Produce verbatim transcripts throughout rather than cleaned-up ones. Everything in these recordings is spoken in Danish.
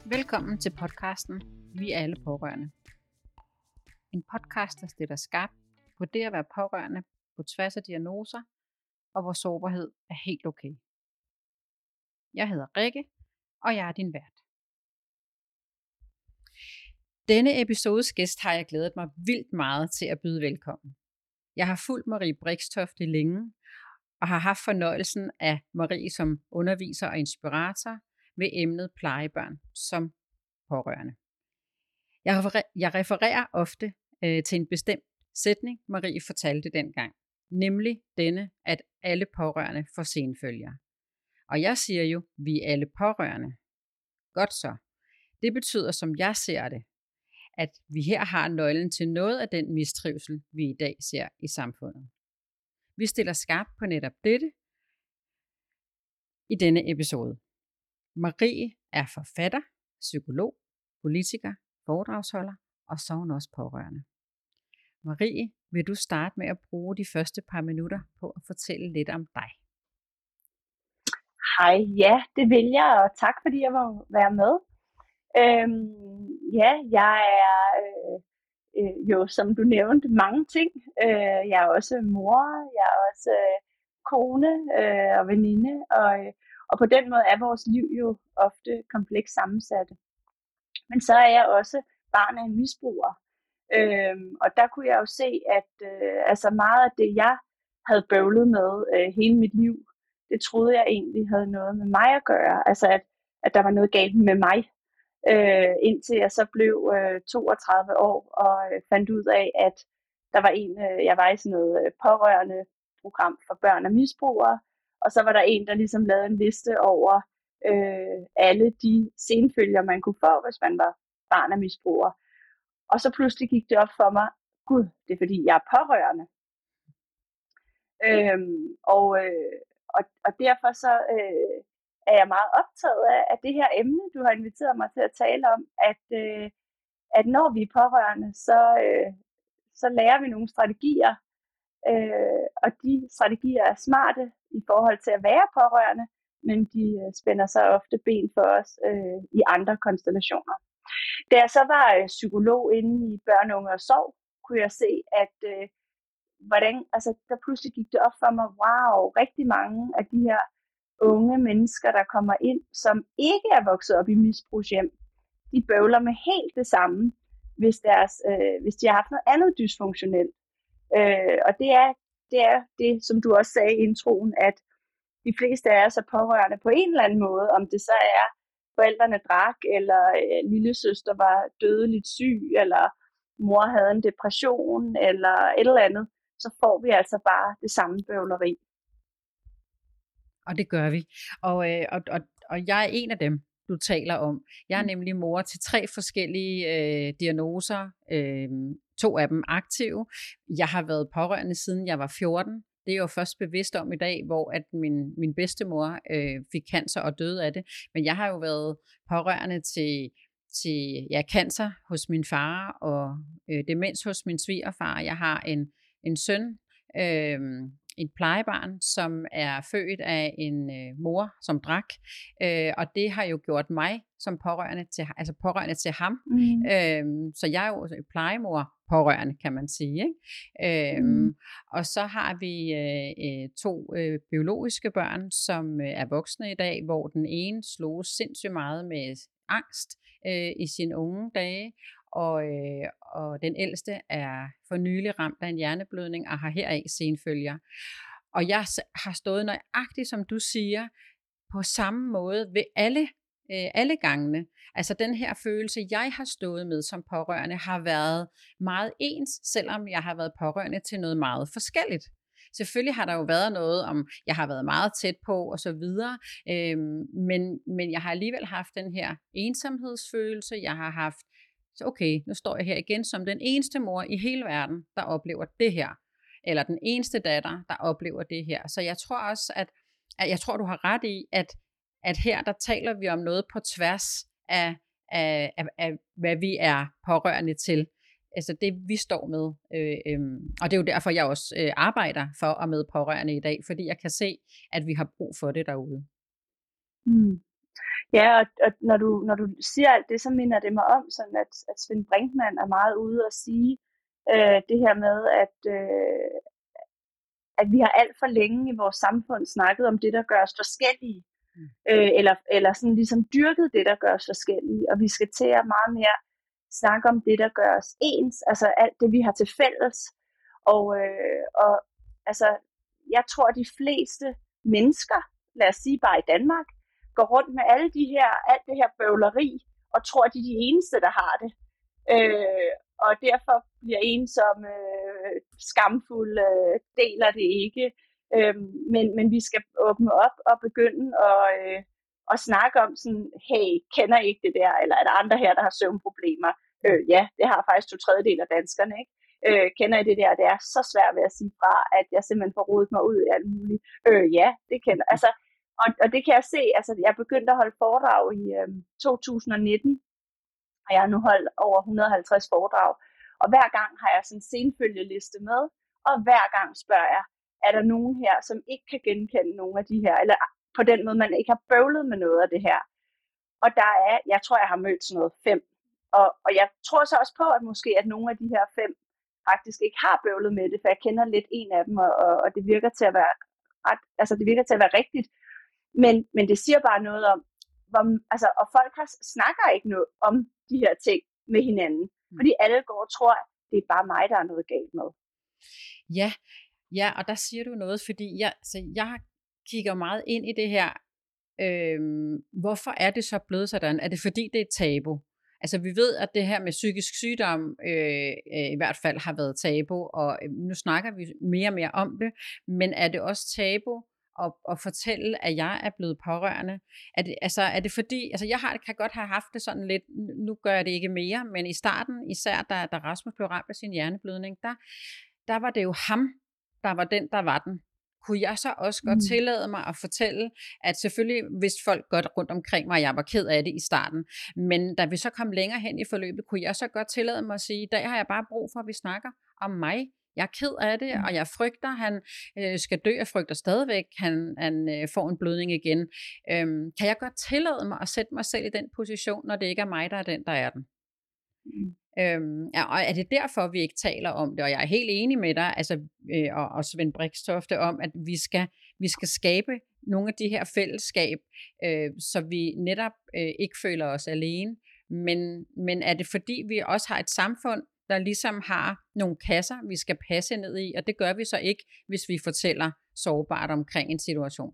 Velkommen til podcasten Vi er alle pårørende. En podcast, der stiller skarpt på det at være pårørende på tværs af diagnoser, og hvor sårbarhed er helt okay. Jeg hedder Rikke, og jeg er din vært. Denne episodes gæst har jeg glædet mig vildt meget til at byde velkommen. Jeg har fulgt Marie Brixtofte længe, og har haft fornøjelsen af Marie som underviser og inspirator ved emnet plejebørn som pårørende. Jeg refererer, jeg refererer ofte øh, til en bestemt sætning, Marie fortalte dengang, nemlig denne, at alle pårørende får senfølger. Og jeg siger jo, vi er alle pårørende. Godt så. Det betyder, som jeg ser det, at vi her har nøglen til noget af den mistrivsel, vi i dag ser i samfundet. Vi stiller skarpt på netop dette i denne episode. Marie er forfatter, psykolog, politiker, foredragsholder og så er hun også pårørende. Marie, vil du starte med at bruge de første par minutter på at fortælle lidt om dig? Hej, ja, det vil jeg, og tak fordi jeg må være med. Øhm, ja, jeg er øh, øh, jo, som du nævnte, mange ting. Øh, jeg er også mor, jeg er også øh, kone øh, og veninde, og, øh, og på den måde er vores liv jo ofte komplekst sammensatte. Men så er jeg også barn af en misbruger. Øhm, og der kunne jeg jo se, at øh, altså meget af det, jeg havde bøvlet med øh, hele mit liv, det troede jeg egentlig havde noget med mig at gøre. Altså at, at der var noget galt med mig. Øh, indtil jeg så blev øh, toogtredive år og øh, fandt ud af, at der var en, øh, jeg var i sådan noget øh, pårørende program for børn og misbrugere. Og så var der en, der ligesom lavede en liste over øh, alle de senfølger, man kunne få, hvis man var barn og misbruger. Og så pludselig gik det op for mig, gud, det er fordi, jeg er pårørende. Øhm, og, øh, og, og derfor så øh, er jeg meget optaget af, af det her emne, du har inviteret mig til at tale om, at, øh, at når vi er pårørende, så, øh, så lærer vi nogle strategier, øh, og de strategier er smarte i forhold til at være pårørende, men de øh, spænder så ofte ben for os øh, i andre konstellationer. Da jeg så var øh, psykolog inde i Børn, Unge og Sorg, kunne jeg se, at øh, hvordan, altså, der pludselig gik det op for mig, wow, rigtig mange af de her unge mennesker, der kommer ind, som ikke er vokset op i misbrugshjem, de bøvler med helt det samme, hvis, deres, øh, hvis de har haft noget andet dysfunktionelt. Øh, og det er, det er det, som du også sagde i introen, at de fleste af os er pårørende på en eller anden måde, om det så er forældrene drak, eller øh, lillesøster var dødeligt syg, eller mor havde en depression, eller et eller andet, så får vi altså bare det samme bøvleri. Og det gør vi. Og, øh, og, og, og jeg er en af dem, du taler om. Jeg er nemlig mor til tre forskellige øh, diagnoser, øh, to af dem aktive. Jeg har været pårørende siden jeg var fjorten. Det er jeg jo først bevidst om i dag, hvor at min, min bedstemor øh, fik cancer og døde af det. Men jeg har jo været pårørende til, til ja, cancer hos min far og øh, demens hos min svigerfar. Jeg har en, en søn, øh, et plejebarn, som er født af en øh, mor, som drak. Øh, og det har jo gjort mig som pårørende til, altså pårørende til ham. Mm. Øh, så jeg er jo plejemor pårørende, kan man sige. Ikke? Mm. Øhm, og så har vi øh, to øh, biologiske børn, som øh, er voksne i dag, hvor den ene slog sindssygt meget med angst øh, i sine unge dage, og, øh, og den ældste er for nylig ramt af en hjerneblødning og har heraf senfølger. Og jeg har stået nøjagtigt, som du siger, på samme måde ved alle Øh, alle gangene. Altså den her følelse, jeg har stået med som pårørende, har været meget ens, selvom jeg har været pårørende til noget meget forskelligt. Selvfølgelig har der jo været noget om, jeg har været meget tæt på og så videre, øh, men, men jeg har alligevel haft den her ensomhedsfølelse. Jeg har haft, okay, nu står jeg her igen som den eneste mor i hele verden, der oplever det her. Eller den eneste datter, der oplever det her. Så jeg tror også, at, at jeg tror, du har ret i, at at her der taler vi om noget på tværs af, af, af, af hvad vi er pårørende til. Altså det vi står med. Øh, øh, og det er jo derfor, jeg også øh, arbejder for og med pårørende i dag, fordi jeg kan se, at vi har brug for det derude. Mm. Ja, og, og når, du, når du siger alt det, så minder det mig om, sådan at, at Svend Brinkmann er meget ude og sige øh, det her med, at, øh, at vi har alt for længe i vores samfund snakket om det, der gør os forskellige. Mm. Øh, eller, eller sådan ligesom dyrket det, der gør os forskellige. Og vi skal til at meget mere snakke om det, der gør os ens. Altså alt det, vi har til fælles. Og, øh, og altså, jeg tror, de fleste mennesker, lad os sige bare i Danmark, går rundt med alle de her, alt det her bøvleri, og tror, de er de eneste, der har det. Øh, og derfor bliver ensomme, øh, skamfulde, øh, deler det ikke. Øh, men, men vi skal åbne op og begynde at, øh, at snakke om sådan, hey, kender I ikke det der? Eller er der andre her, der har søvnproblemer? Øh, ja, det har faktisk to tredjedel af danskerne, ikke? Øh, kender I det der? Det er så svært ved at sige fra, at jeg simpelthen får rodet mig ud i alt muligt. Øh, ja, det kender altså. Og, og det kan jeg se, altså jeg begyndte at holde foredrag i øh, to tusind nitten, og jeg har nu holdt over et hundrede og halvtreds foredrag. Og hver gang har jeg sådan en senfølgeliste med, og hver gang spørger jeg, er der nogen her, som ikke kan genkende nogen af de her, eller på den måde, man ikke har bøvlet med noget af det her. Og der er, jeg tror, jeg har mødt sådan noget fem. Og, og jeg tror så også på, at måske at nogle af de her fem faktisk ikke har bøvlet med det, for jeg kender lidt en af dem, og, og det virker til at være ret, altså det virker til at være rigtigt. Men, men det siger bare noget om, hvor, altså, og folk har, snakker ikke noget om de her ting med hinanden. Fordi alle går og tror, at det er bare mig, der er noget galt med. Ja, ja, og der siger du noget, fordi jeg, så jeg kigger meget ind i det her. Øhm, hvorfor er det så blevet sådan? Er det fordi, det er tabu? Altså vi ved, at det her med psykisk sygdom øh, øh, i hvert fald har været tabu, og øh, nu snakker vi mere og mere om det, men er det også tabu at, at fortælle, at jeg er blevet pårørende? Er det, altså, er det fordi, altså jeg har, kan godt have haft det sådan lidt, nu gør jeg det ikke mere, men i starten, især da, da Rasmus blev ramt af sin hjerneblødning, der, der var det jo ham, der var den, der var den. Kunne jeg så også godt tillade mig at fortælle, at selvfølgelig vidste folk godt rundt omkring mig, og jeg var ked af det i starten, men da vi så kom længere hen i forløbet, kunne jeg så godt tillade mig at sige, i dag har jeg bare brug for, at vi snakker om mig. Jeg er ked af det, og jeg frygter, han øh, skal dø, jeg frygter stadigvæk, han, han øh, får en blødning igen. Øhm, kan jeg godt tillade mig at sætte mig selv i den position, når det ikke er mig, der er den, der er den? Mm. Øhm, ja, og er det derfor, vi ikke taler om det? Og jeg er helt enig med dig, altså, øh, og, og Svend Brikstofte, om, at vi skal, vi skal skabe nogle af de her fællesskab, øh, så vi netop øh, ikke føler os alene. Men, men er det fordi, vi også har et samfund, der ligesom har nogle kasser, vi skal passe ned i, og det gør vi så ikke, hvis vi fortæller sårbart omkring en situation?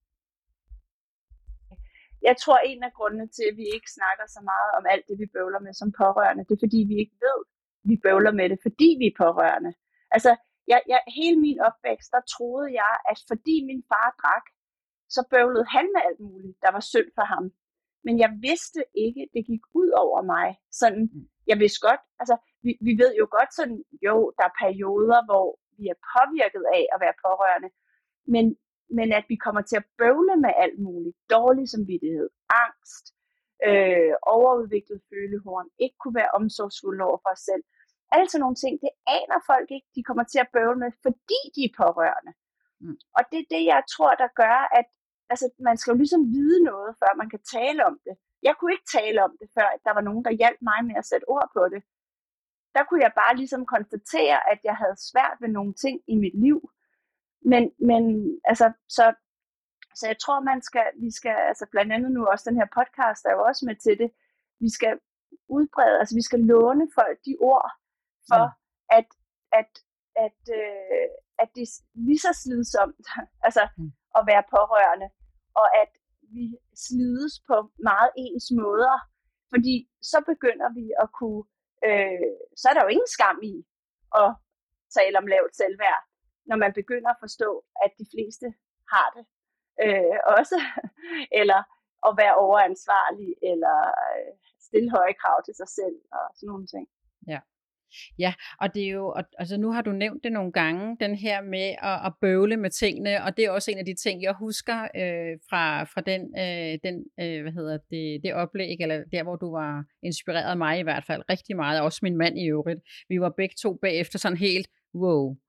Jeg tror, en af grundene til, at vi ikke snakker så meget om alt det, vi bøvler med som pårørende, det er, fordi vi ikke ved, at vi bøvler med det, fordi vi er pårørende. Altså, jeg, jeg, hele min opvækst, der troede jeg, at fordi min far drak, så bøvlede han med alt muligt, der var synd for ham. Men jeg vidste ikke, det gik ud over mig. Sådan, jeg vidste godt, altså, vi, vi ved jo godt sådan, jo, der er perioder, hvor vi er påvirket af at være pårørende, men men at vi kommer til at bøvle med alt muligt, dårlig samvittighed, angst, øh, overudviklet følehorn, ikke kunne være omsorgsfulde over for os selv. Alle sådan nogle ting, det aner folk ikke, de kommer til at bøvle med, fordi de er pårørende. Mm. Og det er det, jeg tror, der gør, at altså, man skal jo ligesom vide noget, før man kan tale om det. Jeg kunne ikke tale om det, før der var nogen, der hjalp mig med at sætte ord på det. Der kunne jeg bare ligesom konstatere, at jeg havde svært ved nogle ting i mit liv. Men, men altså, så, så jeg tror, man skal, vi skal, altså blandt andet nu også den her podcast er jo også med til det, vi skal udbrede, altså vi skal låne folk de ord, for ja. at, at, at, øh, at det er lige så slidsomt, altså mm. at være pårørende, og at vi slides på meget ens måder, fordi så begynder vi at kunne, øh, så er der jo ingen skam i at tale om lavt selvværd, når man begynder at forstå, at de fleste har det øh, også, eller at være overansvarlig, eller øh, stille høje krav til sig selv, og sådan nogle ting. Ja, ja, og det er jo, og, altså nu har du nævnt det nogle gange, den her med at, at bøvle med tingene, og det er også en af de ting, jeg husker øh, fra, fra den, øh, den øh, hvad hedder det, det oplæg, eller der, hvor du var inspireret af mig i hvert fald rigtig meget, også min mand i øvrigt. Vi var begge to bagefter sådan helt, wow,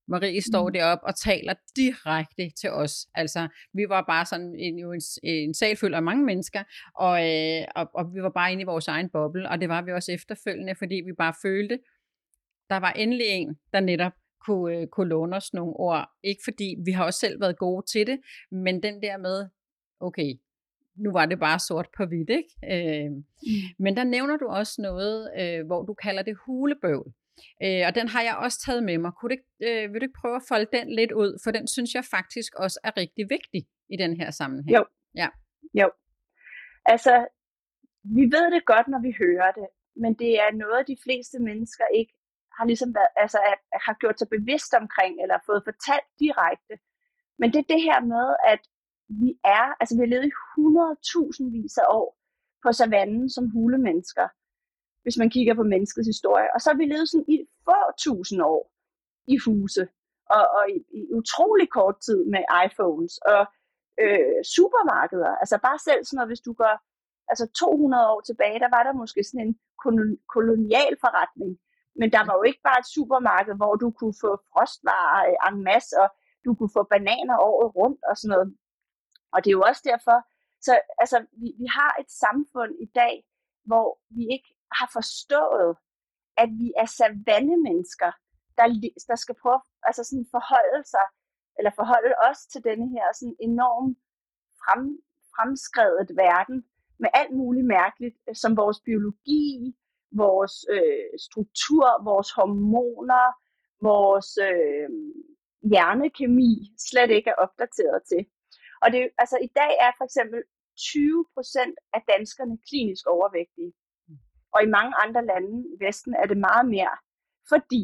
Marie står deroppe og taler direkte til os. Altså, vi var bare sådan en, jo en, en sal fuld af mange mennesker, og, øh, og, og vi var bare inde i vores egen boble, og det var vi også efterfølgende, fordi vi bare følte, der var endelig en, der netop kunne, øh, kunne låne os nogle ord. Ikke fordi vi har også selv været gode til det, men den der med, okay, nu var det bare sort på hvidt, ikke? Øh, mm. Men der nævner du også noget, øh, hvor du kalder det hulebøvl. Øh, og den har jeg også taget med mig. Kunne du, øh, vil du ikke prøve at folde den lidt ud? For den synes jeg faktisk også er rigtig vigtig i den her sammenhæng. Jo. Ja. Jo. Altså, vi ved det godt, når vi hører det, men det er noget, de fleste mennesker ikke har ligesom været, altså at, at har gjort sig bevidst omkring, eller fået fortalt direkte. Men det er det her med, at vi er, altså vi har levet i hundredtusindvis af år på savannen som hulemennesker, hvis man kigger på menneskets historie. Og så har vi levet sådan i få tusind år i huse, og, og i, i utrolig kort tid med iPhones og øh, supermarkeder. Altså bare selv sådan noget, hvis du går altså to hundrede år tilbage, der var der måske sådan en kolonial forretning. Men der var jo ikke bare et supermarked, hvor du kunne få frostvarer en masse, og du kunne få bananer året rundt og sådan noget. Og det er jo også derfor, så altså, vi, vi har et samfund i dag, hvor vi ikke har forstået, at vi er savannemennesker, der, der skal prøve altså sådan forholde sig, eller forholde os til denne her sådan enorm frem, fremskredet verden, med alt muligt mærkeligt, som vores biologi, vores øh, struktur, vores hormoner, vores øh, hjernekemi slet ikke er opdateret til. Og det, altså, i dag er for eksempel tyve procent af danskerne klinisk overvægtige. Og i mange andre lande i Vesten er det meget mere, fordi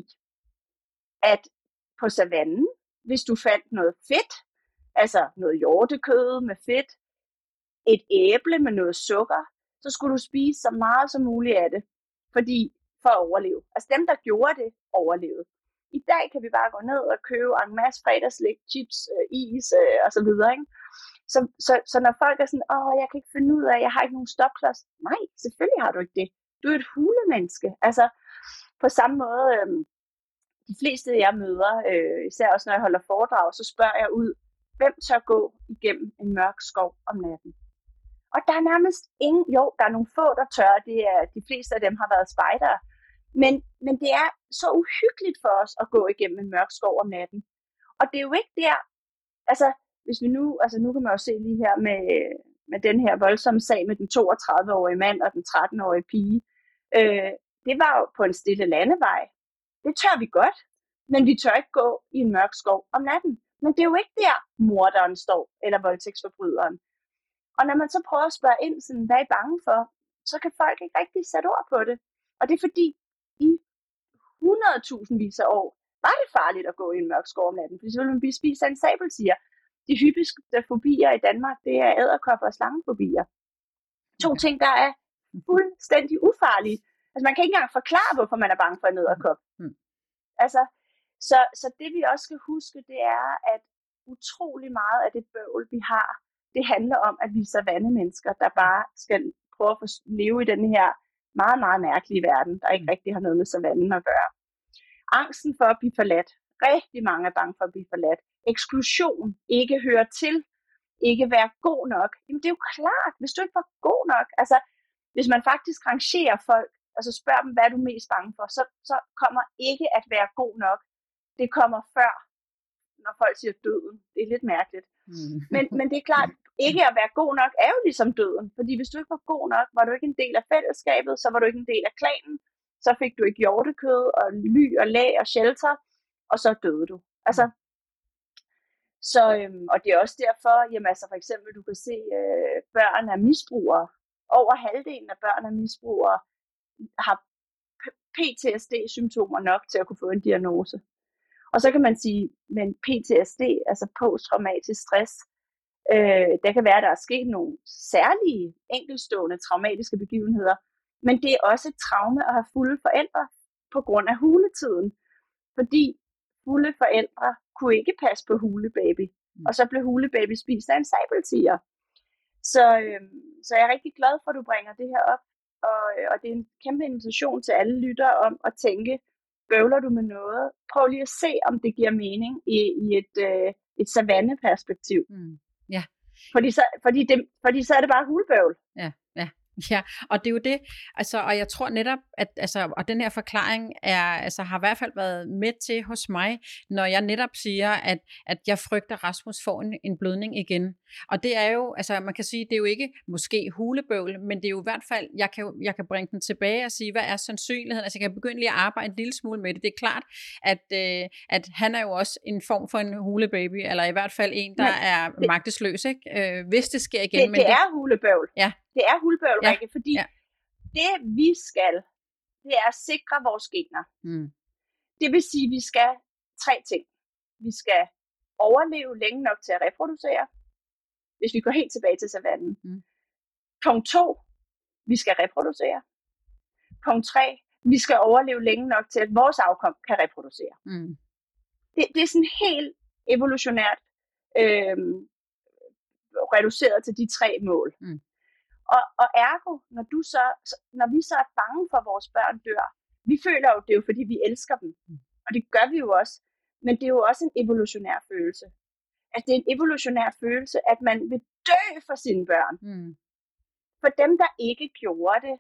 at på savannen, hvis du fandt noget fedt, altså noget hjortekød med fedt, et æble med noget sukker, så skulle du spise så meget som muligt af det, fordi for at overleve. Altså dem, der gjorde det, overlevede. I dag kan vi bare gå ned og købe en masse fredagslik, chips, øh, is øh, og så videre, ikke? Så, så, så når folk er sådan, åh, jeg kan ikke finde ud af, jeg har ikke nogen stopklods. Nej, selvfølgelig har du ikke det. Du er et hulemenneske. Altså, på samme måde, øh, de fleste jeg møder, øh, især også når jeg holder foredrag, så spørger jeg ud, hvem tør gå igennem en mørk skov om natten? Og der er nærmest ingen, jo, der er nogle få, der tør, det er, de fleste af dem har været spejdere, men, men det er så uhyggeligt for os at gå igennem en mørk skov om natten. Og det er jo ikke der, altså, hvis vi nu, altså nu kan man jo se lige her med, med den her voldsomme sag med den toogtredive-årige mand og den tretten-årige pige, øh, det var jo på en stille landevej. Det tør vi godt, men vi tør ikke gå i en mørk skov om natten. Men det er jo ikke der, morderen står, eller voldtægtsforbryderen. Og når man så prøver at spørge ind, sådan, hvad er I bange for, så kan folk ikke rigtig sætte ord på det. Og det er fordi, i hundredtusindvis af år, var det farligt at gå i en mørk skov om natten, fordi så ville man blive spist af en sabeltiger. De hyppigste fobier i Danmark, det er edderkopper og slangefobier. To ting, der er fuldstændig ufarlige. Altså man kan ikke engang forklare, hvorfor man er bange for en edderkop. Mm. Altså, så, så det vi også skal huske, det er, at utrolig meget af det bøvl, vi har, det handler om, at vi er savannemennesker, der bare skal prøve at leve i den her meget, meget mærkelige verden, der ikke rigtig har noget med savannen at gøre. Angsten for at blive forladt. Rigtig mange er bange for at blive forladt. Eksklusion. Ikke høre til. Ikke være god nok. Jamen det er jo klart, hvis du ikke var god nok. Altså, hvis man faktisk rangerer folk, altså spørger dem, hvad er du mest bange for, så, så kommer ikke at være god nok. Det kommer før, når folk siger døden. Det er lidt mærkeligt. Mm. Men, men det er klart, ikke at være god nok er jo ligesom døden. Fordi hvis du ikke var god nok, var du ikke en del af fællesskabet, så var du ikke en del af klanen. Så fik du ikke hjortekød og ly og lag og shelter, og så døde du. Altså, så, øhm, og det er også derfor, jamen altså for eksempel, du kan se øh, børn af misbrugere. Over halvdelen af børn af misbrugere har P T S D-symptomer nok til at kunne få en diagnose. Og så kan man sige, men P T S D, altså posttraumatisk stress, øh, der kan være, at der er sket nogle særlige enkeltstående traumatiske begivenheder, men det er også et traume at have fulde forældre på grund af huletiden. Fordi fulde forældre kunne ikke passe på hulebaby, mm. og så blev hulebaby spist af en sabeltiger. Så, øh, så jeg er rigtig glad for, at du bringer det her op, og, og det er en kæmpe invitation til alle lyttere om at tænke bøvler du med noget, prøv lige at se, om det giver mening i, i et, øh, et savanneperspektiv. Mm. Ja. Fordi så, fordi, det, fordi så er det bare hulebøvl. Ja, ja. Ja, og det er jo det, altså, og jeg tror netop, at altså, og den her forklaring er, altså, har i hvert fald været med til hos mig, når jeg netop siger, at, at jeg frygter, at Rasmus får en, en blødning igen. Og det er jo, altså man kan sige, det er jo ikke måske hulebøvl, men det er jo i hvert fald, jeg kan, jeg kan bringe den tilbage og sige, hvad er sandsynligheden? Altså jeg kan begynde lige at arbejde en lille smule med det. Det er klart, at, øh, at han er jo også en form for en hulebaby, eller i hvert fald en, der men er det, magtesløs, ikke? Øh, hvis det sker igen. Det, men det det er hulebøvl. Ja. Det er hulebøvl, ja. Rikke, fordi ja. det vi skal, det er at sikre vores gener. Mm. Det vil sige, at vi skal tre ting. Vi skal overleve længe nok til at reproducere, hvis vi går helt tilbage til savannen. Mm. Punkt to, vi skal reproducere. Punkt tre, vi skal overleve længe nok til, at vores afkom kan reproducere. Mm. Det, det er sådan helt evolutionært øh, reduceret til de tre mål. Mm. Og, og ergo, når, du så, når vi så er bange for, at vores børn dør, vi føler jo, det er jo fordi, vi elsker dem. Mm. Og det gør vi jo også. Men det er jo også en evolutionær følelse. At det er en evolutionær følelse, at man vil dø for sine børn. Mm. For dem, der ikke gjorde det,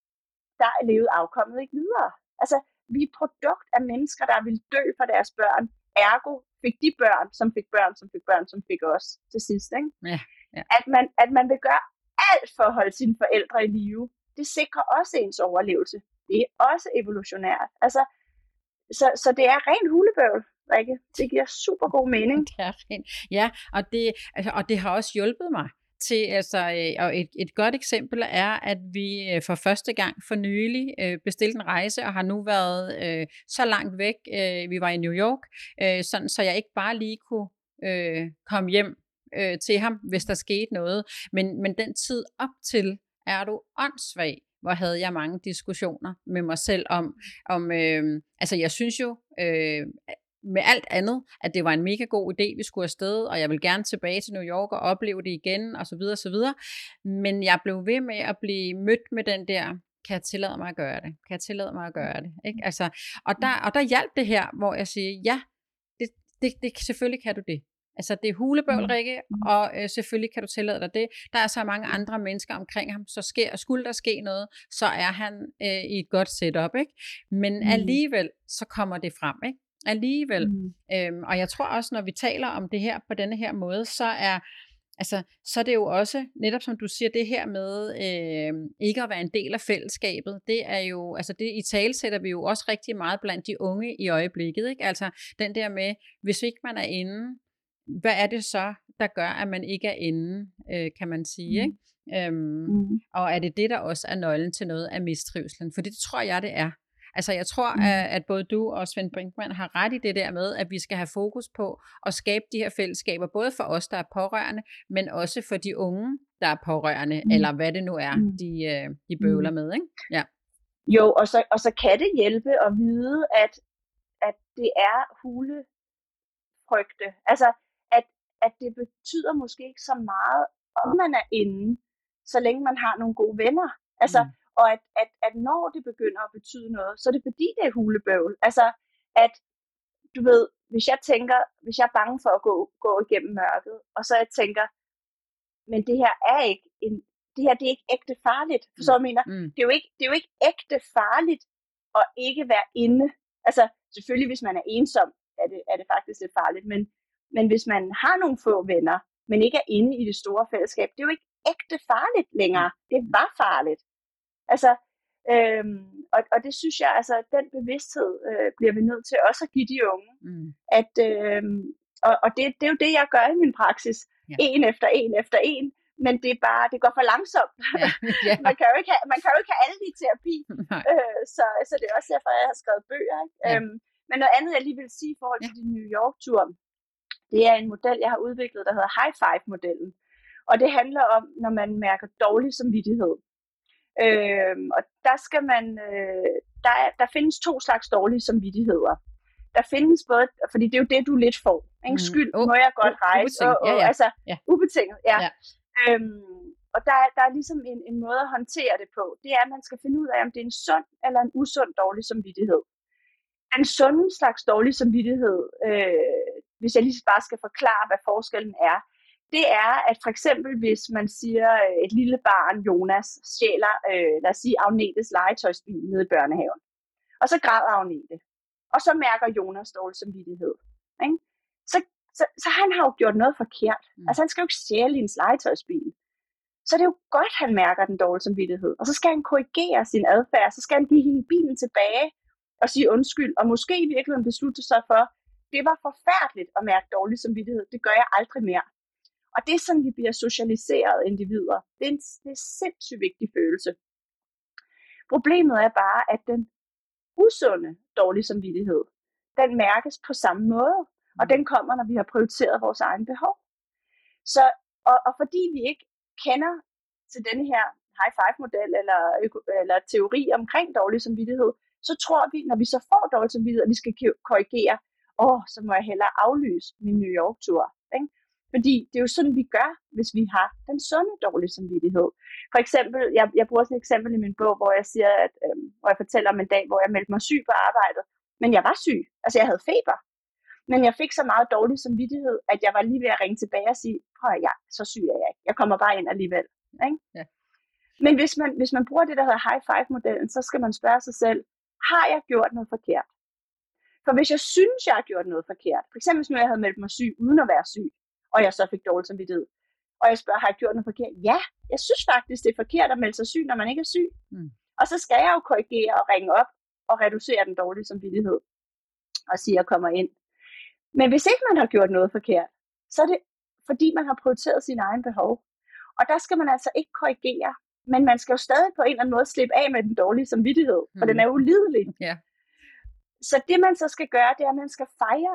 der er levet afkommet ikke videre. Altså, vi er produkt af mennesker, der vil dø for deres børn. Ergo fik de børn, som fik børn, som fik børn, som fik os til sidst. Ikke? Ja, ja. At, man, at man vil gøre alt for at holde sine forældre i live, det sikrer også ens overlevelse. Det er også evolutionært. Altså, så, så det er rent hulebøvl, Rikke. Det giver super god mening. Det er rent. Ja, og det, altså, og det har også hjulpet mig til, altså, og et, et godt eksempel er, at vi for første gang for nylig øh, bestilte en rejse, og har nu været øh, så langt væk. Øh, vi var i New York, øh, sådan, så jeg ikke bare lige kunne øh, komme hjem øh, til ham, hvis der skete noget. Men, men den tid op til, er du åndssvag, hvor havde jeg mange diskussioner med mig selv om, om øh, altså jeg synes jo, øh, med alt andet, at det var en mega god idé, vi skulle afsted, og jeg vil gerne tilbage til New York og opleve det igen, og så videre, og så videre. Men jeg blev ved med at blive mødt med den der, kan jeg tillade mig at gøre det? Kan jeg tillade mig at gøre det? Ikke? Altså, og, der, og der hjalp det her, hvor jeg siger, ja, det, det, det, selvfølgelig kan du det. Altså det er hulebøvl, Rikke, og øh, selvfølgelig kan du tillade dig det. Der er så mange andre mennesker omkring ham, så sker, skulle der ske noget, så er han øh, i et godt setup, ikke? Men mm. alligevel, så kommer det frem, ikke? Alligevel. Mm. Øhm, og jeg tror også, når vi taler om det her på denne her måde, så er, altså, så er det jo også, netop som du siger, det her med øh, ikke at være en del af fællesskabet, det er jo, altså det i tale sætter vi jo også rigtig meget blandt de unge i øjeblikket, ikke? Altså den der med, hvis ikke man er inde, hvad er det så, der gør, at man ikke er inde, øh, kan man sige, ikke? Øhm, mm. Og er det det, der også er nøglen til noget af mistrivselen? For det tror jeg, det er. Altså jeg tror, mm. at, at både du og Svend Brinkmann har ret i det der med, at vi skal have fokus på at skabe de her fællesskaber, både for os, der er pårørende, men også for de unge, der er pårørende, mm. eller hvad det nu er, mm. de, de bøvler mm. med, ikke? Ja. Jo, og så, og så kan det hjælpe at vide, at, at det er hulefrygte. Altså, at, at det betyder måske ikke så meget, om man er inde, så længe man har nogle gode venner. Altså, mm. Og at, at, at når det begynder at betyde noget, så er det fordi, det er hulebøvl. Altså, at du ved, hvis jeg tænker, hvis jeg er bange for at gå, gå igennem mørket, og så jeg tænker, men det her er ikke, en, det her det er ikke ægte farligt. For så jeg mener, mm. det, er jo ikke, det er jo ikke ægte farligt at ikke være inde. Altså, selvfølgelig hvis man er ensom, er det, er det faktisk lidt farligt, men, men hvis man har nogle få venner, men ikke er inde i det store fællesskab, det er jo ikke ægte farligt længere. Det var farligt. Altså, øhm, og, og det synes jeg, altså, den bevidsthed øh, bliver vi nødt til også at give de unge. Mm. At, øhm, og og det, det er jo det, jeg gør i min praksis. Ja. En efter en efter en. Men det er bare, det går for langsomt. Ja. Ja. man, kan jo ikke have, man kan jo ikke have alle de terapi. øh, så, så det er også derfor, jeg har skrevet bøger. Ikke? Ja. Øhm, men noget andet, jeg lige vil sige i forhold til ja. din New York-tur, det er en model, jeg har udviklet, der hedder High Five-modellen. Og det handler om, når man mærker dårlig samvittighed. Øhm, og der skal man, øh, der, er, der findes to slags dårlige samvittigheder. Der findes både, fordi det er jo det, du lidt får. Ikke? Skyld, mm. må jeg godt rejse. Og, og, ja, ja. Altså, ja. Ubetinget, ja. ja. Øhm, og der, der er ligesom en, en måde at håndtere det på. Det er, at man skal finde ud af, om det er en sund eller en usund dårlig samvittighed. den sunde slags dårlig samvittighed, øh, hvis jeg lige bare skal forklare, hvad forskellen er, det er, at for eksempel, hvis man siger, at et lille barn, Jonas, stjæler, øh, lad os sige, Agnetes legetøjsbil nede i børnehaven. Og så græder Agnete. Og så mærker Jonas dårlig samvittighed. Ikke? Så, så, så han har jo gjort noget forkert. Mm. Altså han skal jo ikke stjæle hendes legetøjsbil. Så det er jo godt, han mærker den dårlige samvittighed. Og så skal han korrigere sin adfærd. Så skal han give hende bilen tilbage og sige undskyld. Og måske i virkeligheden beslutte sig for, det var forfærdeligt at mærke dårlig samvittighed. Det gør jeg aldrig mere. Og det er sådan, vi bliver socialiseret individer. Det er en, det er en sindssygt vigtig følelse. Problemet er bare, at den usunde dårlig samvittighed, den mærkes på samme måde. Og den kommer, når vi har prioriteret vores egen behov. Så, og, og fordi vi ikke kender til denne her high five-model eller, eller teori omkring dårlig samvittighed, så tror vi, når vi så får dårlig samvittighed, at vi skal korrigere, åh, så må jeg hellere aflyse min New York-tur. Ikke? Fordi det er jo sådan, vi gør, hvis vi har den sunde dårlige samvittighed. For eksempel, jeg, jeg bruger sådan et eksempel i min bog, hvor jeg siger, at, øhm, hvor jeg fortæller om en dag, hvor jeg meldte mig syg på arbejdet. Men jeg var syg. Altså, jeg havde feber. Men jeg fik så meget dårlig samvittighed, at jeg var lige ved at ringe tilbage og sige, prøv at jeg, så syg er jeg ikke. Jeg kommer bare ind alligevel. Ikke? Ja. Men hvis man, hvis man bruger det, der hedder high five-modellen, så skal man spørge sig selv, har jeg gjort noget forkert? For hvis jeg synes, jeg har gjort noget forkert, for eksempel hvis nu jeg havde meldt mig syg, uden at være syg, og jeg så fik dårlig samvittighed, og jeg spørger, har jeg gjort noget forkert? Ja, jeg synes faktisk, det er forkert at melde sig syg, når man ikke er syg. Mm. Og så skal jeg jo korrigere og ringe op og reducere den dårlige samvittighed og sige, at jeg kommer ind. Men hvis ikke man har gjort noget forkert, så er det fordi, man har prioriteret sin egen behov. Og der skal man altså ikke korrigere, men man skal jo stadig på en eller anden måde slippe af med den dårlige samvittighed, for mm. den er ulidelig. Yeah. Så det man så skal gøre, det er, at man skal fejre,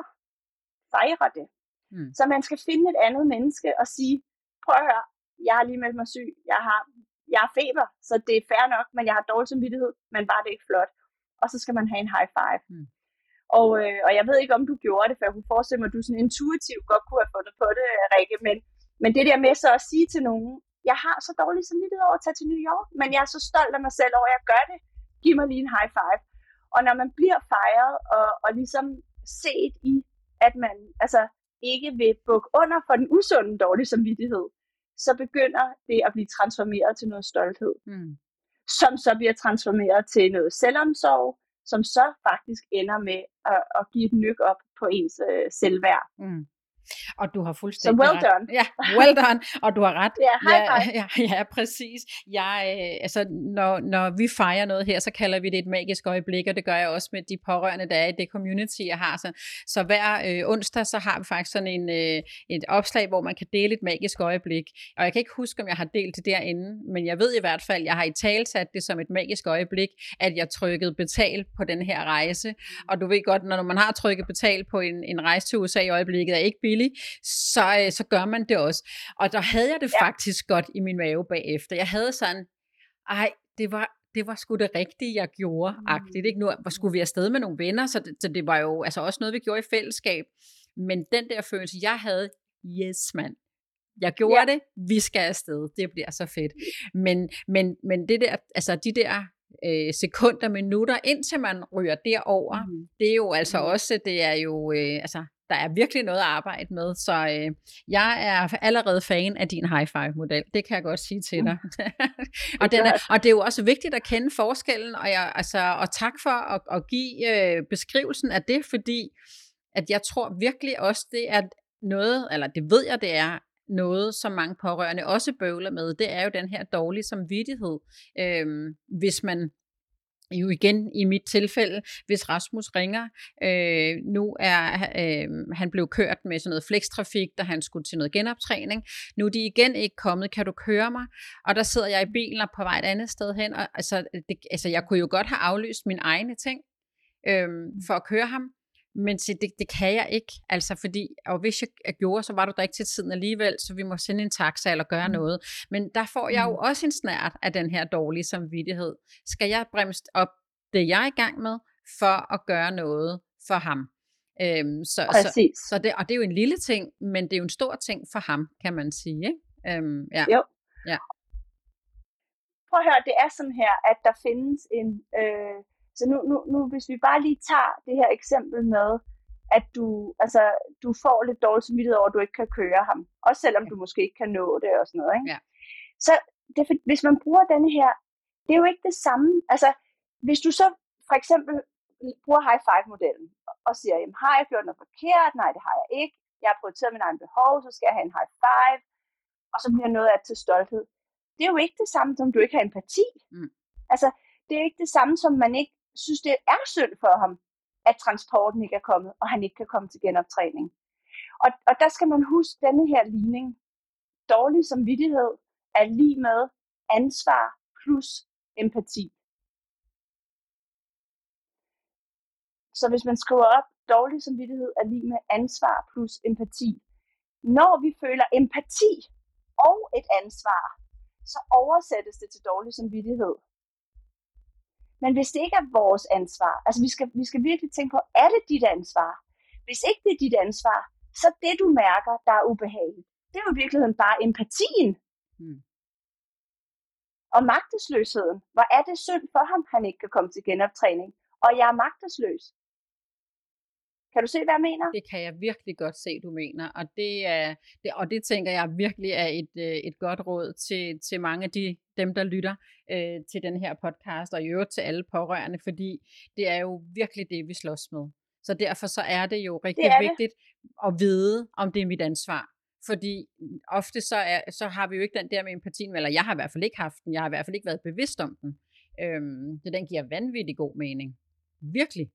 fejre det. Mm. Så man skal finde et andet menneske og sige, prøv at høre, jeg har lige meldt mig syg, jeg har, jeg har feber, så det er fair nok, men jeg har dårlig samvittighed, men bare det er ikke flot. Og så skal man have en high five. Mm. Og, øh, og jeg ved ikke, om du gjorde det, for jeg kunne forestille mig, at du sådan intuitivt godt kunne have fundet på det, Rikke, men, men det der med så at sige til nogen, jeg har så dårlig samvittighed over at tage til New York, men jeg er så stolt af mig selv over, at jeg gør det. Giv mig lige en high five. Og når man bliver fejret og, og ligesom set i, at man altså ikke vil bukke under for den usunde dårlige samvittighed, så begynder det at blive transformeret til noget stolthed. Mm. Som så bliver transformeret til noget selvomsorg, som så faktisk ender med at, at give et nyk op på ens øh, selvværd. Mm. Og du har fuldstændig so well ret. done. Ja, well done, og du har ret. Ja, high five. Ja, ja, ja, præcis. Jeg, øh, altså, når, når vi fejrer noget her, så kalder vi det et magisk øjeblik, og det gør jeg også med de pårørende, der er i det community, jeg har. Så, så hver øh, onsdag, så har vi faktisk sådan en, øh, et opslag, hvor man kan dele et magisk øjeblik. Og jeg kan ikke huske, om jeg har delt det derinde, men jeg ved i hvert fald, jeg har i talsat det som et magisk øjeblik, at jeg trykkede betal på den her rejse. Og du ved godt, når man har trykket betal på en, en rejse til U S A i øjeblikket, er ikke billig, Så, så gør man det også. Og der havde jeg det ja. faktisk godt i min mave bagefter. Jeg havde sådan, ej, det var, det var sgu det rigtige, jeg gjorde, mm. agtigt. Ikke? Nu skulle vi afsted med nogle venner, så det, så det var jo altså også noget, vi gjorde i fællesskab. Men den der følelse, jeg havde, yes mand, jeg gjorde ja. det, vi skal afsted, det bliver så fedt. Men, men, men det der, altså de der øh, sekunder, minutter, indtil man ryger derover, mm. det er jo altså mm. også, det er jo, øh, altså, der er virkelig noget at arbejde med, så øh, jeg er allerede fan af din high five-model. Det kan jeg godt sige til dig. Mm. og, den er, og det er jo også vigtigt at kende forskellen, og, jeg, altså, og tak for at, at give øh, beskrivelsen af det, fordi at jeg tror virkelig også, det er noget, eller det ved jeg, det er noget, som mange pårørende også bøvler med. Det er jo den her dårlige samvittighed, øh, hvis man jo igen i mit tilfælde, hvis Rasmus ringer, øh, nu er øh, han blev kørt med sådan noget flextrafik, da han skulle til noget genoptræning. Nu er de igen ikke kommet, kan du køre mig? Og der sidder jeg i bilen og på vej et andet sted hen, og altså, det, altså jeg kunne jo godt have aflyst mine egne ting øh, for at køre ham, men så det, det kan jeg ikke, altså fordi, og hvis jeg, jeg gjorde, så var du der ikke til tiden alligevel, så vi må sende en taxa eller gøre mm. noget. Men der får jeg jo også en snert af den her dårlige samvittighed. Skal jeg bremse op det, jeg er i gang med, for at gøre noget for ham? Øhm, så, så, så det, og det er jo en lille ting, men det er jo en stor ting for ham, kan man sige. Ikke? Øhm, ja. Jo. Ja. Prøv at høre, det er sådan her, at der findes en... Øh, Så nu, nu, nu, hvis vi bare lige tager det her eksempel med, at du, altså, du får lidt dårlig samvittighed over, at du ikke kan køre ham. Også selvom du måske ikke kan nå det og sådan noget. Ikke? Ja. Så det, hvis man bruger denne her, det er jo ikke det samme. Altså, hvis du så for eksempel bruger high five-modellen og siger, jamen, har jeg gjort noget forkert? Nej, det har jeg ikke. Jeg har prioriteret mine egne behov, så skal jeg have en high five. Og så bliver noget af til stolthed. Det er jo ikke det samme, som du ikke har empati. Mm. Altså, det er ikke det samme, som man ikke synes, det er synd for ham, at transporten ikke er kommet, og han ikke kan komme til genoptræning. Og, og der skal man huske denne her ligning. Dårlig samvittighed er lig med ansvar plus empati. Så hvis man skriver op, dårlig samvittighed er lig med ansvar plus empati. Når vi føler empati og et ansvar, så oversættes det til dårlig samvittighed. Men hvis det ikke er vores ansvar, altså vi skal, vi skal virkelig tænke på, er det dit ansvar? Hvis ikke det er dit ansvar, så det du mærker, der er ubehageligt, det er jo i virkeligheden bare empatien. Hmm. Og magtesløsheden. Hvor er det synd for ham, han ikke kan komme til genoptræning? Og jeg er magtesløs. Kan du se, hvad jeg mener? Det kan jeg virkelig godt se, du mener. Og det, er, det, og det tænker jeg virkelig er et, et godt råd til, til mange af de, dem, der lytter øh, til den her podcast, og i øvrigt til alle pårørende, fordi det er jo virkelig det, vi slås med. Så derfor så er det jo rigtig det vigtigt det. At vide, om det er mit ansvar. Fordi ofte så, er, så har vi jo ikke den der med empatien, eller jeg har i hvert fald ikke haft den, jeg har i hvert fald ikke været bevidst om den. Øhm, så den giver vanvittig god mening. Virkelig.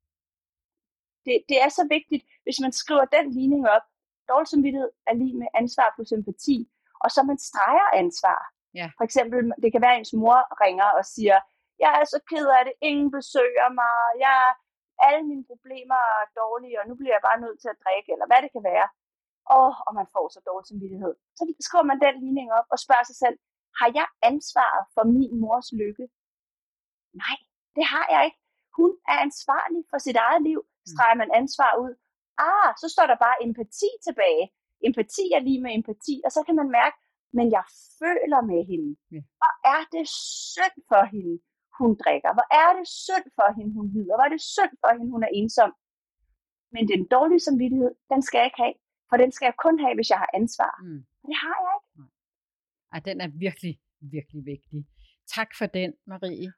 Det, det er så vigtigt, hvis man skriver den ligning op, dårlig samvittighed er lig med ansvar plus empati, og så man streger ansvar. Ja. For eksempel, det kan være, at ens mor ringer og siger, jeg er så ked af det, ingen besøger mig, jeg, alle mine problemer er dårlige, og nu bliver jeg bare nødt til at drikke, eller hvad det kan være. Åh, og man får så dårlig samvittighed. Så skriver man den ligning op og spørger sig selv, har jeg ansvaret for min mors lykke? Nej, det har jeg ikke. Hun er ansvarlig for sit eget liv. Streger man ansvar ud. Ah, så står der bare empati tilbage. Empati er lige med empati, og så kan man mærke, men jeg føler med hende. Ja. Hvor er det synd for hende, hun drikker? Hvor er det synd for hende, hun lider? Hvor er det synd for hende, hun er ensom? Men den dårlige samvittighed, den skal jeg ikke have. For den skal jeg kun have, hvis jeg har ansvar. Mm. Det har jeg ikke. Ej, den er virkelig, virkelig vigtig. Tak for den, Marie.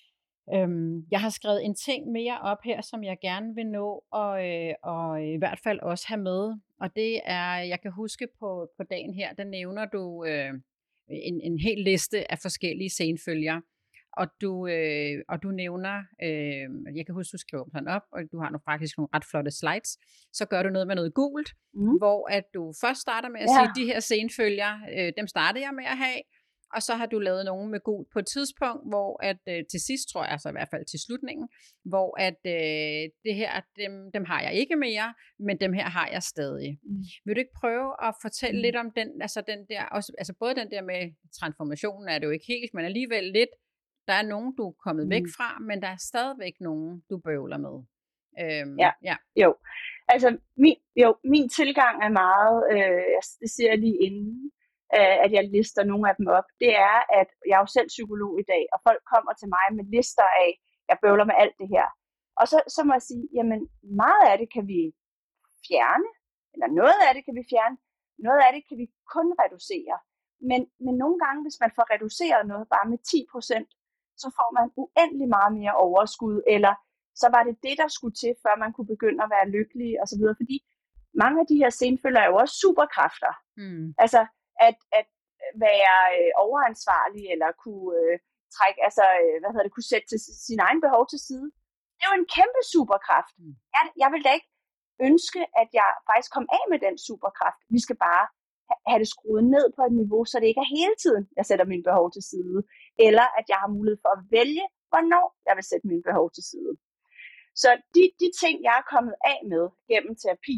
Øhm, jeg har skrevet en ting mere op her, som jeg gerne vil nå, og, øh, og i hvert fald også have med. Og det er, jeg kan huske på, på dagen her, der nævner du øh, en, en hel liste af forskellige senfølger. Og du, øh, og du nævner, øh, jeg kan huske, du skriver sådan op, og du har nu faktisk nogle ret flotte slides, så gør du noget med noget gult, mm. hvor at du først starter med at ja. sige, de her senfølger, øh, dem starter jeg med at have, og så har du lavet nogen med gult på et tidspunkt, hvor at øh, til sidst, tror jeg så i hvert fald til slutningen, hvor at øh, det her, dem, dem har jeg ikke mere, men dem her har jeg stadig. Mm. Vil du ikke prøve at fortælle mm. lidt om den, altså den der, også, altså både den der med transformationen er det jo ikke helt, men alligevel lidt. Der er nogen, du er kommet mm. væk fra, men der er stadigvæk nogen, du bøvler med. Øhm, ja. ja, jo. Altså, min, jo, min tilgang er meget, øh, det siger jeg lige inden, øh, at jeg lister nogle af dem op. Det er, at jeg er jo selv psykolog i dag, og folk kommer til mig med lister af, jeg bøvler med alt det her. Og så, så må jeg sige, jamen, meget af det kan vi fjerne, eller noget af det kan vi fjerne, noget af det kan vi kun reducere. Men, men nogle gange, hvis man får reduceret noget bare med ti procent, så får man uendelig meget mere overskud, eller så var det det, der skulle til, før man kunne begynde at være lykkelig, og så videre. Fordi mange af de her senfølger er jo også superkræfter. Mm. Altså, at, at være øh, overansvarlig, eller kunne øh, trække, altså, øh, hvad hedder det, kunne sætte til sin egen behov til side. Det er jo en kæmpe superkraft. Mm. Jeg, jeg vil da ikke ønske, at jeg faktisk kom af med den superkraft. Vi skal bare have det skruet ned på et niveau, så det ikke er hele tiden, jeg sætter mine behov til side, eller at jeg har mulighed for at vælge, hvornår jeg vil sætte mine behov til side. Så de, de ting, jeg er kommet af med gennem terapi,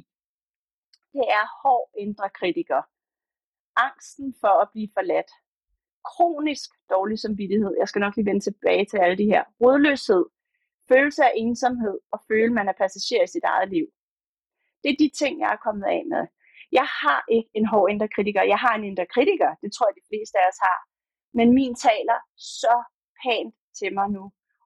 det er hård indre kritiker, angsten for at blive forladt, kronisk dårlig samvittighed, jeg skal nok lige vende tilbage til alle de her, rodløshed, følelse af ensomhed og føle, man er passager i sit eget liv. Det er de ting, jeg er kommet af med. Jeg har ikke en hård indre kritiker. Jeg har en indre kritiker. Det tror jeg, de fleste af os har. Men min taler så pænt til mig nu.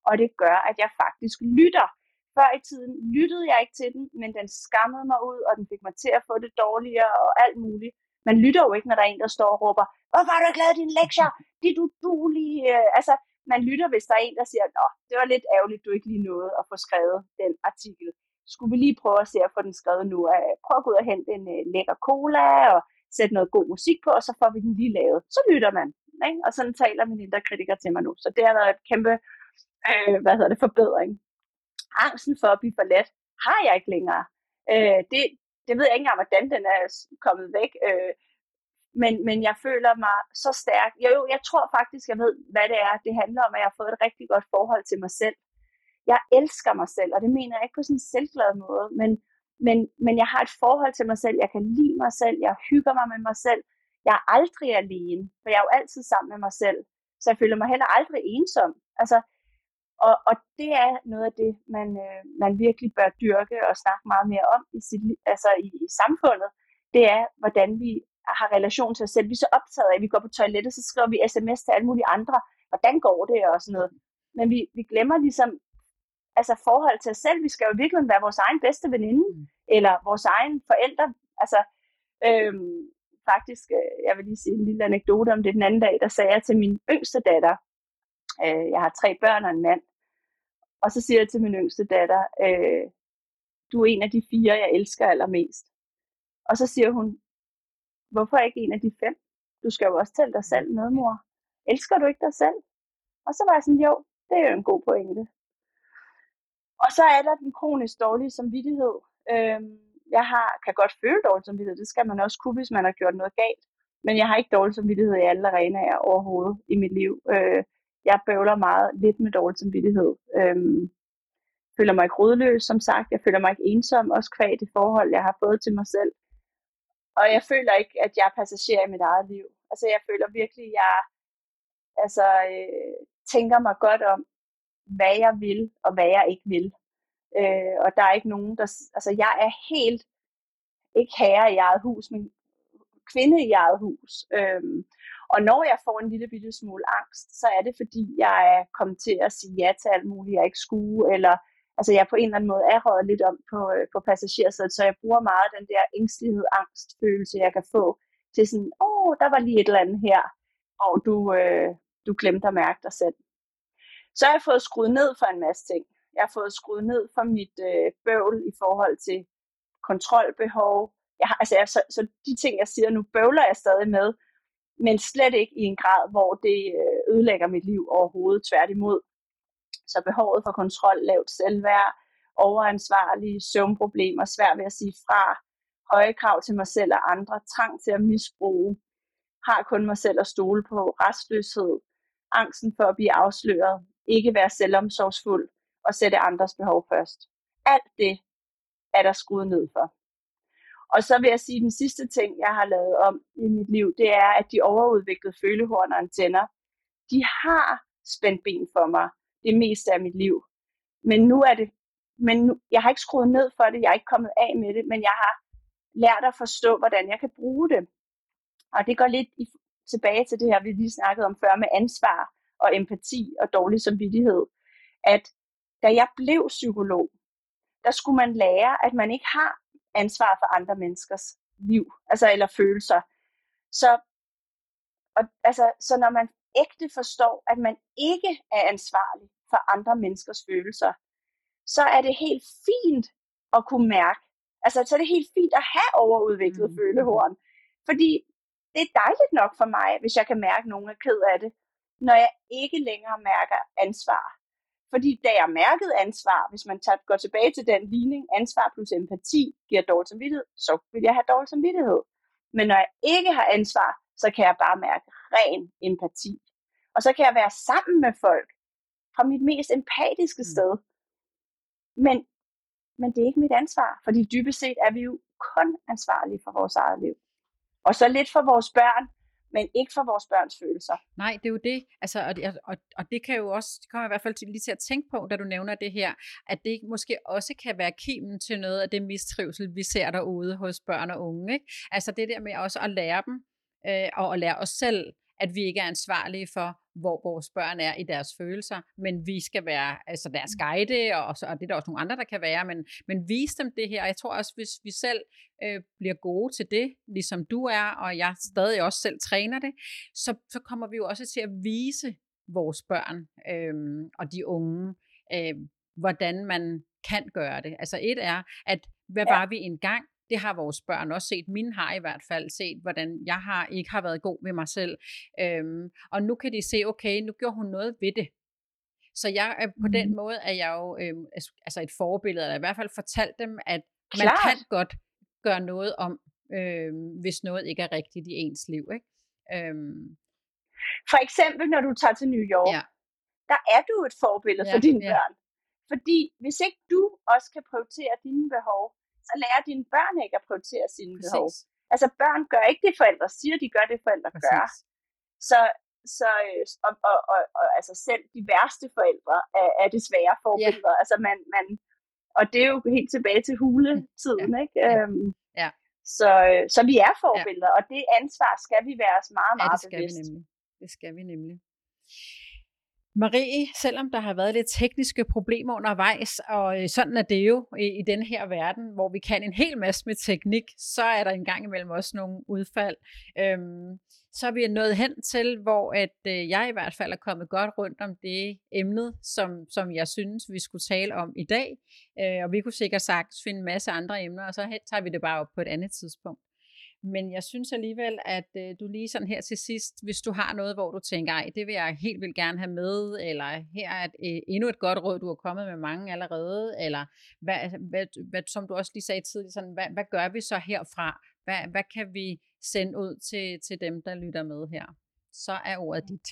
og det gør, at jeg faktisk lytter. Før i tiden lyttede jeg ikke til den, men den skammede mig ud, og den fik mig til at få det dårligere og alt muligt. Man lytter jo ikke, når der er en, der står og råber, hvorfor har du ikke lavet dine lektier? Det er du duelig. Altså, man lytter, hvis der er en, der siger, nå, det var lidt ærgerligt, du ikke lige nåede at få skrevet den artikel. Skulle vi lige prøve at se at få den skrevet nu? Prøv at gå ud og hente en uh, lækker cola og sætte noget god musik på, og så får vi den lige lavet. Så lytter man. Ikke? Og sådan taler min indre kritiker til mig nu. Så det har været et kæmpe øh, hvad hedder det, forbedring. Angsten for at blive forladt har jeg ikke længere. Øh, det, det ved jeg ikke engang, hvordan den er kommet væk. Øh, men, men jeg føler mig så stærk. Jo, jo, jeg tror faktisk, jeg ved, hvad det er. Det handler om, at jeg har fået et rigtig godt forhold til mig selv. Jeg elsker mig selv, og det mener jeg ikke på sådan en selvglad måde, men, men, men jeg har et forhold til mig selv. Jeg kan lide mig selv. Jeg hygger mig med mig selv. Jeg er aldrig alene, for jeg er jo altid sammen med mig selv. Så jeg føler mig heller aldrig ensom. Altså, Og, og det er noget af det, man, øh, man virkelig bør dyrke og snakke meget mere om i, sit, altså i, i samfundet. Det er, hvordan vi har relation til os selv. Vi er så optaget af, at vi går på toilettet, så skriver vi sms til alle mulige andre. Hvordan går det og sådan noget. Men vi, vi glemmer ligesom altså forhold til os selv. Vi skal jo virkelig være vores egen bedste veninde, mm. eller vores egen forældre. Altså, øhm, faktisk, jeg vil lige sige en lille anekdote om det den anden dag, der sagde jeg til min yngste datter, øh, jeg har tre børn og en mand, og så siger jeg til min yngste datter, øh, du er en af de fire, jeg elsker allermest. Og så siger hun, hvorfor ikke en af de fem? Du skal jo også tælle dig selv med, mor. Elsker du ikke dig selv? Og så var jeg sådan, jo, det er jo en god pointe. Og så er der den kronisk dårlige samvittighed. Øhm, jeg har, kan godt føle dårlig samvittighed, det skal man også kunne, hvis man har gjort noget galt. Men jeg har ikke dårlig samvittighed i alle arenaer overhovedet i mit liv. Øh, jeg bøvler meget lidt med dårlig samvittighed. Øhm, føler mig ikke rodløs, som sagt. Jeg føler mig ikke ensom, også kvad det forhold, jeg har fået til mig selv. Og jeg føler ikke, at jeg er passager i mit eget liv. Altså, jeg føler virkelig, at jeg altså, øh, tænker mig godt om, hvad jeg vil, og hvad jeg ikke vil. Øh, og der er ikke nogen, der... Altså, jeg er helt ikke herre i eget hus, men kvinde i eget hus. Øhm, og når jeg får en lille bitte smule angst, så er det, fordi jeg er kommet til at sige ja til alt muligt, jeg ikke skulle, eller altså jeg på en eller anden måde er røget lidt om på, på passagersædet, så jeg bruger meget den der ængstelighed, angstfølelse, jeg kan få til sådan, åh, der var lige et eller andet her, og du, øh, du glemte at mærke dig selv. Så har jeg fået skruet ned for en masse ting. Jeg har fået skruet ned for mit øh, bøvl i forhold til kontrolbehov. Jeg har, altså, jeg, så, så de ting, jeg siger nu, bøvler jeg stadig med, men slet ikke i en grad, hvor det øh, ødelægger mit liv overhovedet, tværtimod. Så behovet for kontrol, lavt selvværd, overansvarlige, søvnproblemer, svært ved at sige fra, høje krav til mig selv og andre, trang til at misbruge, har kun mig selv at stole på, restløshed, angsten for at blive afsløret, ikke være selvomsorgsfuld og sætte andres behov først. Alt det er der skruet ned for. Og så vil jeg sige, at den sidste ting, jeg har lavet om i mit liv, det er, at de overudviklede følehorn og antenner, de har spændt ben for mig det meste af mit liv. Men nu er det, men nu, jeg har ikke skruet ned for det, jeg er ikke kommet af med det, men jeg har lært at forstå, hvordan jeg kan bruge det. Og det går lidt i, tilbage til det her, vi lige snakkede om før, med ansvar og empati og dårlig samvittighed. At da jeg blev psykolog, der skulle man lære, at man ikke har ansvar for andre menneskers liv, altså eller følelser. Så, og, altså, så når man ægte forstår, at man ikke er ansvarlig for andre menneskers følelser, så er det helt fint at kunne mærke. Altså, så er det helt fint at have overudviklet mm. følehorn. Fordi det er dejligt nok for mig, hvis jeg kan mærke, at nogen er ked af det, når jeg ikke længere mærker ansvar. Fordi da jeg mærkede ansvar, hvis man tager, går tilbage til den ligning, ansvar plus empati giver dårlig samvittighed, så vil jeg have dårlig samvittighed. Men når jeg ikke har ansvar, så kan jeg bare mærke ren empati. Og så kan jeg være sammen med folk fra mit mest empatiske sted. Men, men det er ikke mit ansvar, fordi dybest set er vi jo kun ansvarlige for vores eget liv. Og så lidt for vores børn, men ikke for vores børns følelser. Nej, det er jo det. Altså, og, og, og det kan jo også, det kommer jeg i hvert fald til, lige til at tænke på, da du nævner det her, at det måske også kan være kimen til noget af det mistrivsel, vi ser derude hos børn og unge. Ikke? Altså det der med også at lære dem, øh, og at lære os selv, at vi ikke er ansvarlige for, hvor vores børn er i deres følelser, men vi skal være altså deres guide, og, og det er der også nogle andre, der kan være, men, men vise dem det her. Og jeg tror også, hvis vi selv øh, bliver gode til det, ligesom du er, og jeg stadig også selv træner det, så, så kommer vi jo også til at vise vores børn øh, og de unge, øh, hvordan man kan gøre det. Altså et er, at hvad var vi engang? Det har vores børn også set. Mine har i hvert fald set, hvordan jeg har ikke har været god ved mig selv. Øhm, og nu kan de se, okay, nu gjorde hun noget ved det. Så jeg er, på mm. den måde er jeg jo øhm, altså et forbillede, eller i hvert fald fortalt dem, at man Klart. kan godt gøre noget om, øhm, hvis noget ikke er rigtigt i ens liv. Ikke? Øhm. For eksempel, når du tager til New York, ja. der er du et forbillede ja, for dine ja. børn. Fordi hvis ikke du også kan prioritere dine behov, så lærer dine børn ikke at prioritere sine Præcis. behov. Altså børn gør ikke det, forældre siger, de gør det, forældre Præcis. gør. Så, så og, og, og, og altså selv de værste forældre er, er desværre forbilleder. Yeah. Altså man, man, og det er jo helt tilbage til huletiden, ja. ikke? Ja. Øhm, ja. Så, så vi er forbilleder, ja. og det ansvar skal vi være os meget, meget ja, det skal bevidst. Vi nemlig. Det skal vi nemlig. Marie, selvom der har været lidt tekniske problemer undervejs, og sådan er det jo i, i den her verden, hvor vi kan en hel masse med teknik, så er der en gang imellem også nogle udfald. Øhm, så er vi nået hen til, hvor at, øh, jeg i hvert fald er kommet godt rundt om det emne, som, som jeg synes, vi skulle tale om i dag. Øh, og vi kunne sikkert sagtens finde en masse andre emner, og så tager vi det bare op på et andet tidspunkt. Men jeg synes alligevel, at øh, du lige sådan her til sidst, hvis du har noget, hvor du tænker, ej, det vil jeg helt vildt gerne have med, eller her er et, øh, endnu et godt råd, du har kommet med mange allerede, eller hvad, hvad, hvad, som du også lige sagde tidligere, sådan, hvad, hvad gør vi så herfra? Hvad, hvad kan vi sende ud til, til dem, der lytter med her? Så er ordet dit.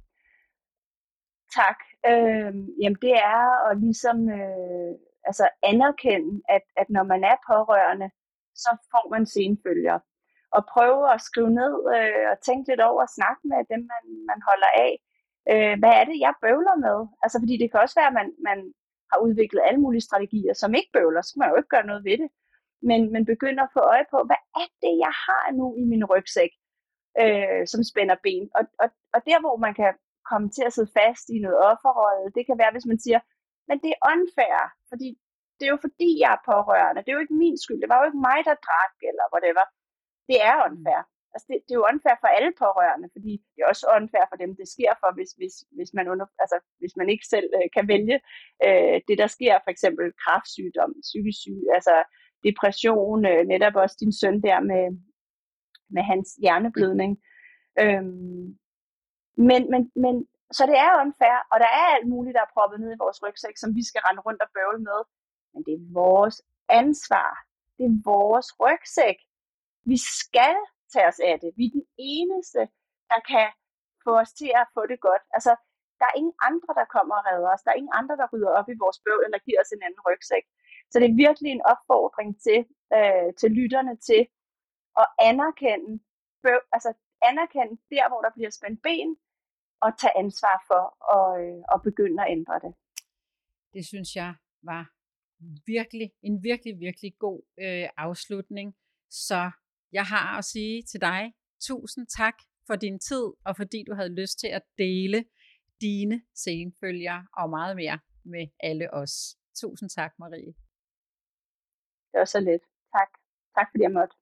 Tak. Øh, jamen det er at ligesom øh, altså anerkende, at, at når man er pårørende, så får man senfølger. Og prøve at skrive ned øh, og tænke lidt over og snakke med dem, man, man holder af. Øh, hvad er det, jeg bøvler med? Altså fordi det kan også være, at man, man har udviklet alle mulige strategier, som ikke bøvler, så kan man jo ikke gøre noget ved det. Men man begynder at få øje på, hvad er det, jeg har nu i min rygsæk, øh, som spænder ben. Og, og, og der, hvor man kan komme til at sidde fast i noget offerrolle, det kan være, hvis man siger, men det er unfair, fordi det er jo fordi, jeg er pårørende. Det er jo ikke min skyld. Det var jo ikke mig, der drak, eller whatever. Det er unfair. Altså det, det er jo unfair for alle pårørende, fordi det er også unfair for dem, det sker for, hvis, hvis, hvis, man, under, altså, hvis man ikke selv øh, kan vælge øh, det, der sker, for eksempel kræftsygdom, psykisk syg, altså depression, øh, netop også din søn der med, med hans hjerneblødning. Øhm, men, men, men, så det er unfair, og der er alt muligt, der er proppet ned i vores rygsæk, som vi skal rende rundt og bøvle med. Men det er vores ansvar. Det er vores rygsæk. Vi skal tage os af det. Vi er den eneste, der kan få os til at få det godt. Altså, der er ingen andre, der kommer og redder os. Der er ingen andre, der rydder op i vores bøvl, eller giver os en anden rygsæk. Så det er virkelig en opfordring til, øh, til lytterne til at anerkende, bøv, altså anerkende der, hvor der bliver spændt ben, og tage ansvar for at, øh, at begynde at ændre det. Det synes jeg var virkelig, en virkelig, virkelig god øh, afslutning. Så jeg har at sige til dig, tusind tak for din tid, og fordi du havde lyst til at dele dine senfølger og meget mere med alle os. Tusind tak, Marie. Det var så lidt. Tak. Tak fordi jeg måtte.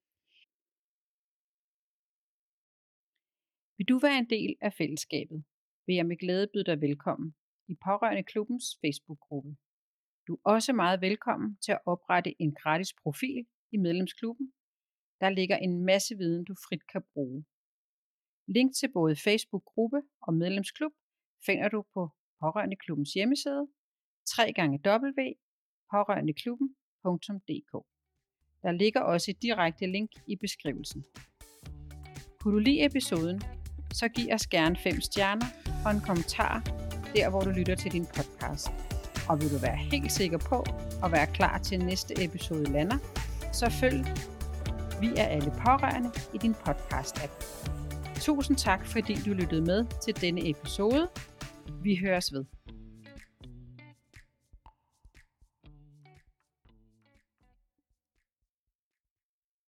Vil du være en del af fællesskabet, vil jeg med glæde byde dig velkommen i Pårørende Klubbens Facebook-gruppe. Du er også meget velkommen til at oprette en gratis profil i medlemsklubben. Der ligger en masse viden, du frit kan bruge. Link til både Facebook-gruppe og medlemsklub finder du på Pårørende Klubbens hjemmeside w w w punktum pårørendeklubben punktum d k. Der ligger også et direkte link i beskrivelsen. Kunne du lide episoden, så giv os gerne fem stjerner og en kommentar der, hvor du lytter til din podcast. Og vil du være helt sikker på at være klar til næste episode lander, så følg Vi er alle pårørende i din podcast-app. Tusind tak, fordi du lyttede med til denne episode. Vi høres ved.